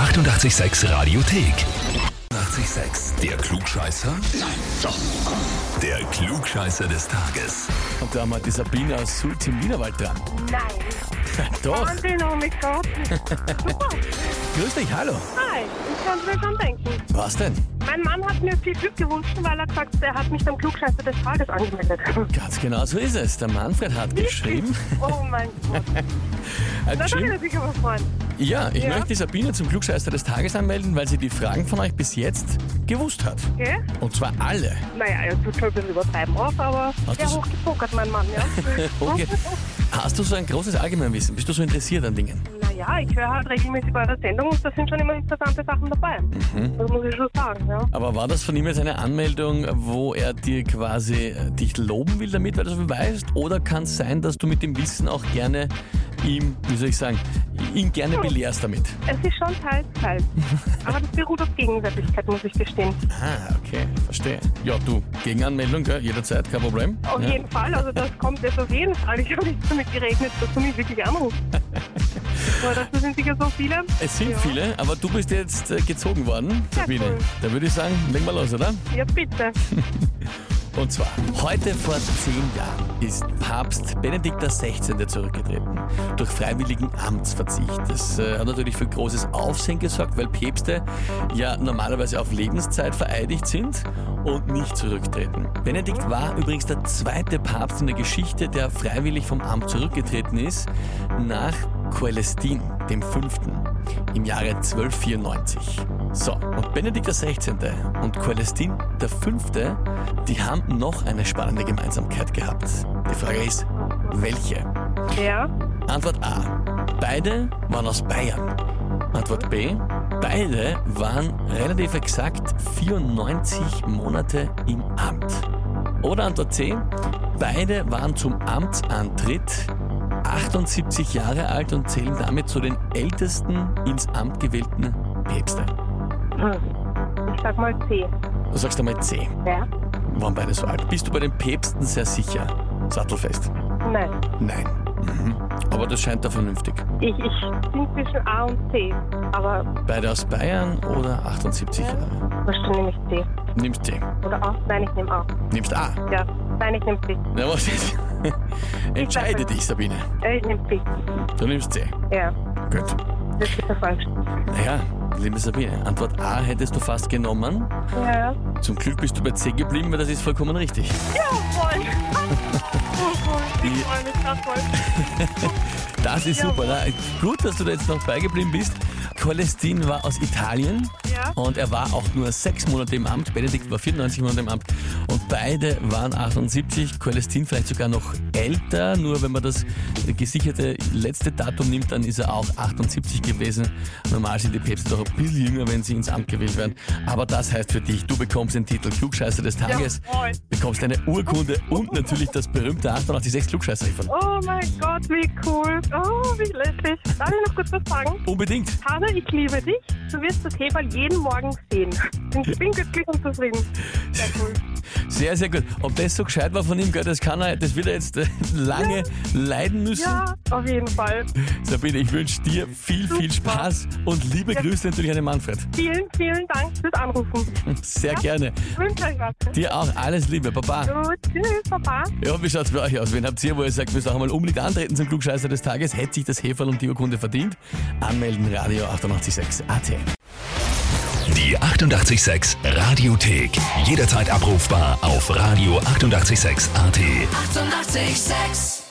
886 Radiothek. 886, der Klugscheißer? Nein, doch. Der Klugscheißer des Tages. Und da haben wir die Sabine aus Sulz im Wienerwald dran. Nein. Doch. Wahnsinn, oh mein Gott. Super. Grüß dich, hallo. Hi, ich kann mir schon denken. Was denn? Mein Mann hat mir viel Glück gewünscht, weil er gesagt hat, er hat mich beim Klugscheißer des Tages angemeldet. Ganz genau so ist es. Der Manfred hat geschrieben. Oh mein Gott. Hat Da geschrieben, würde er sich aber freuen. ja, ich Ja. möchte die Sabine zum Klugscheißer des Tages anmelden, weil sie die Fragen von euch bis jetzt gewusst hat. Okay? Und zwar alle. Naja, er tut schon ein bisschen übertreiben auf, aber Hast sehr du's- hoch gepokert, mein Mann, ja. Okay. Hast du so ein großes Allgemeinwissen? Bist du so interessiert an Dingen? Naja, ich höre halt regelmäßig eure Sendung und da sind schon immer interessante Sachen dabei. Das muss ich schon sagen, ja. Aber war das von ihm jetzt eine Anmeldung, wo er dir quasi dich loben will damit, weil du so viel weißt? Oder kann es sein, dass du mit dem Wissen auch gerne ihm, wie soll ich sagen, ihn gerne belehrst damit? Es ist schon teils, teils. Aber das beruht auf Gegenseitigkeit, muss ich gestehen. Ah, okay, verstehe. Ja, du, Gegenanmeldung, gell? Jederzeit, kein Problem. Auf Ja. jeden Fall, also das kommt jetzt auf jeden Fall. Ich habe nicht damit gerechnet, dass du mich wirklich anrufst. Aber das sind sicher so viele. Es sind Ja. viele, aber du bist jetzt gezogen worden, Ja, Sabine. cool. Da würde ich sagen, legen wir los, oder? Ja, bitte. Und zwar, heute vor 10 Jahren ist Papst Benedikt XVI. Zurückgetreten. Durch freiwilligen Amtsverzicht. Das hat natürlich für großes Aufsehen gesorgt, weil Päpste ja normalerweise auf Lebenszeit vereidigt sind und nicht zurücktreten. Benedikt war übrigens der zweite Papst in der Geschichte, der freiwillig vom Amt zurückgetreten ist, nach Coelestin, dem 5. im Jahre 1294. So, und Benedikt XVI. Und Coelestin, der 5., die haben noch eine spannende Gemeinsamkeit gehabt. Die Frage ist, welche? Ja. Antwort A. Beide waren aus Bayern. Antwort B. Beide waren relativ exakt 94 Monate im Amt. Oder Antwort C. Beide waren zum Amtsantritt 78 Jahre alt und zählen damit zu den ältesten ins Amt gewählten Päpste. Ich sag mal C. Du sagst einmal C. Ja? Waren beide so alt. Bist du bei den Päpsten sehr sicher? Sattelfest? Nein. Nein. Aber das scheint da vernünftig. Ich bin zwischen A und C. Aber Beide aus Bayern oder 78 Jahre? wahrscheinlich nehme ich C. Nimmst C. Oder A? Nein, ich nehme A. Nimmst A. Ja. Nein, ich nehme C. Na, was ist? Entscheide dich, Sabine. Ich nehme C. Du nimmst C. Ja. Gut. Das ist ja falsch. Naja, liebe Sabine, Antwort A hättest du fast genommen. Ja. Zum Glück bist du bei C geblieben, weil das ist vollkommen richtig. Jawohl. Ich freue mich grad voll. Das ist super. Na, gut, dass du da jetzt noch beigeblieben bist. Coelestin war aus Italien Ja. und er war auch nur 6 Monate im Amt. Benedikt war 94 Monate im Amt und beide waren 78. Coelestin vielleicht sogar noch älter, nur wenn man das gesicherte letzte Datum nimmt, dann ist er auch 78 gewesen. Normal sind die Päpste doch ein bisschen jünger, wenn sie ins Amt gewählt werden. Aber das heißt für dich, du bekommst den Titel Klugscheißer des Tages, Jawohl. bekommst eine Urkunde und natürlich das berühmte 886 Klugscheißer-Häferl. Oh mein Gott, wie cool. Oh, wie lässig. Darf ich noch kurz was sagen? Unbedingt. Hanna, ich liebe dich. Du wirst das Heferl jeden Morgen sehen. Ich bin glücklich und zufrieden. Sehr cool. Sehr, sehr gut. Ob das so gescheit war von ihm, gell, das wird er jetzt lange leiden müssen. Ja, auf jeden Fall. Sabine, ich wünsche dir viel Spaß und liebe Grüße natürlich an den Manfred. Vielen, vielen Dank fürs Anrufen. Sehr gerne. Ich wünsche euch was. Dir auch alles Liebe, Baba. Gut, tschüss, Papa. Ja, wie schaut's bei euch aus? Wen habt ihr, wo ihr sagt, müsst auch einmal unbedingt antreten zum Klugscheißer des Tages? Hätte sich das Heferl und die Urkunde verdient? Anmelden, Radio 886 AT. Die 886 Radiothek. Jederzeit abrufbar auf Radio 886 AT. 886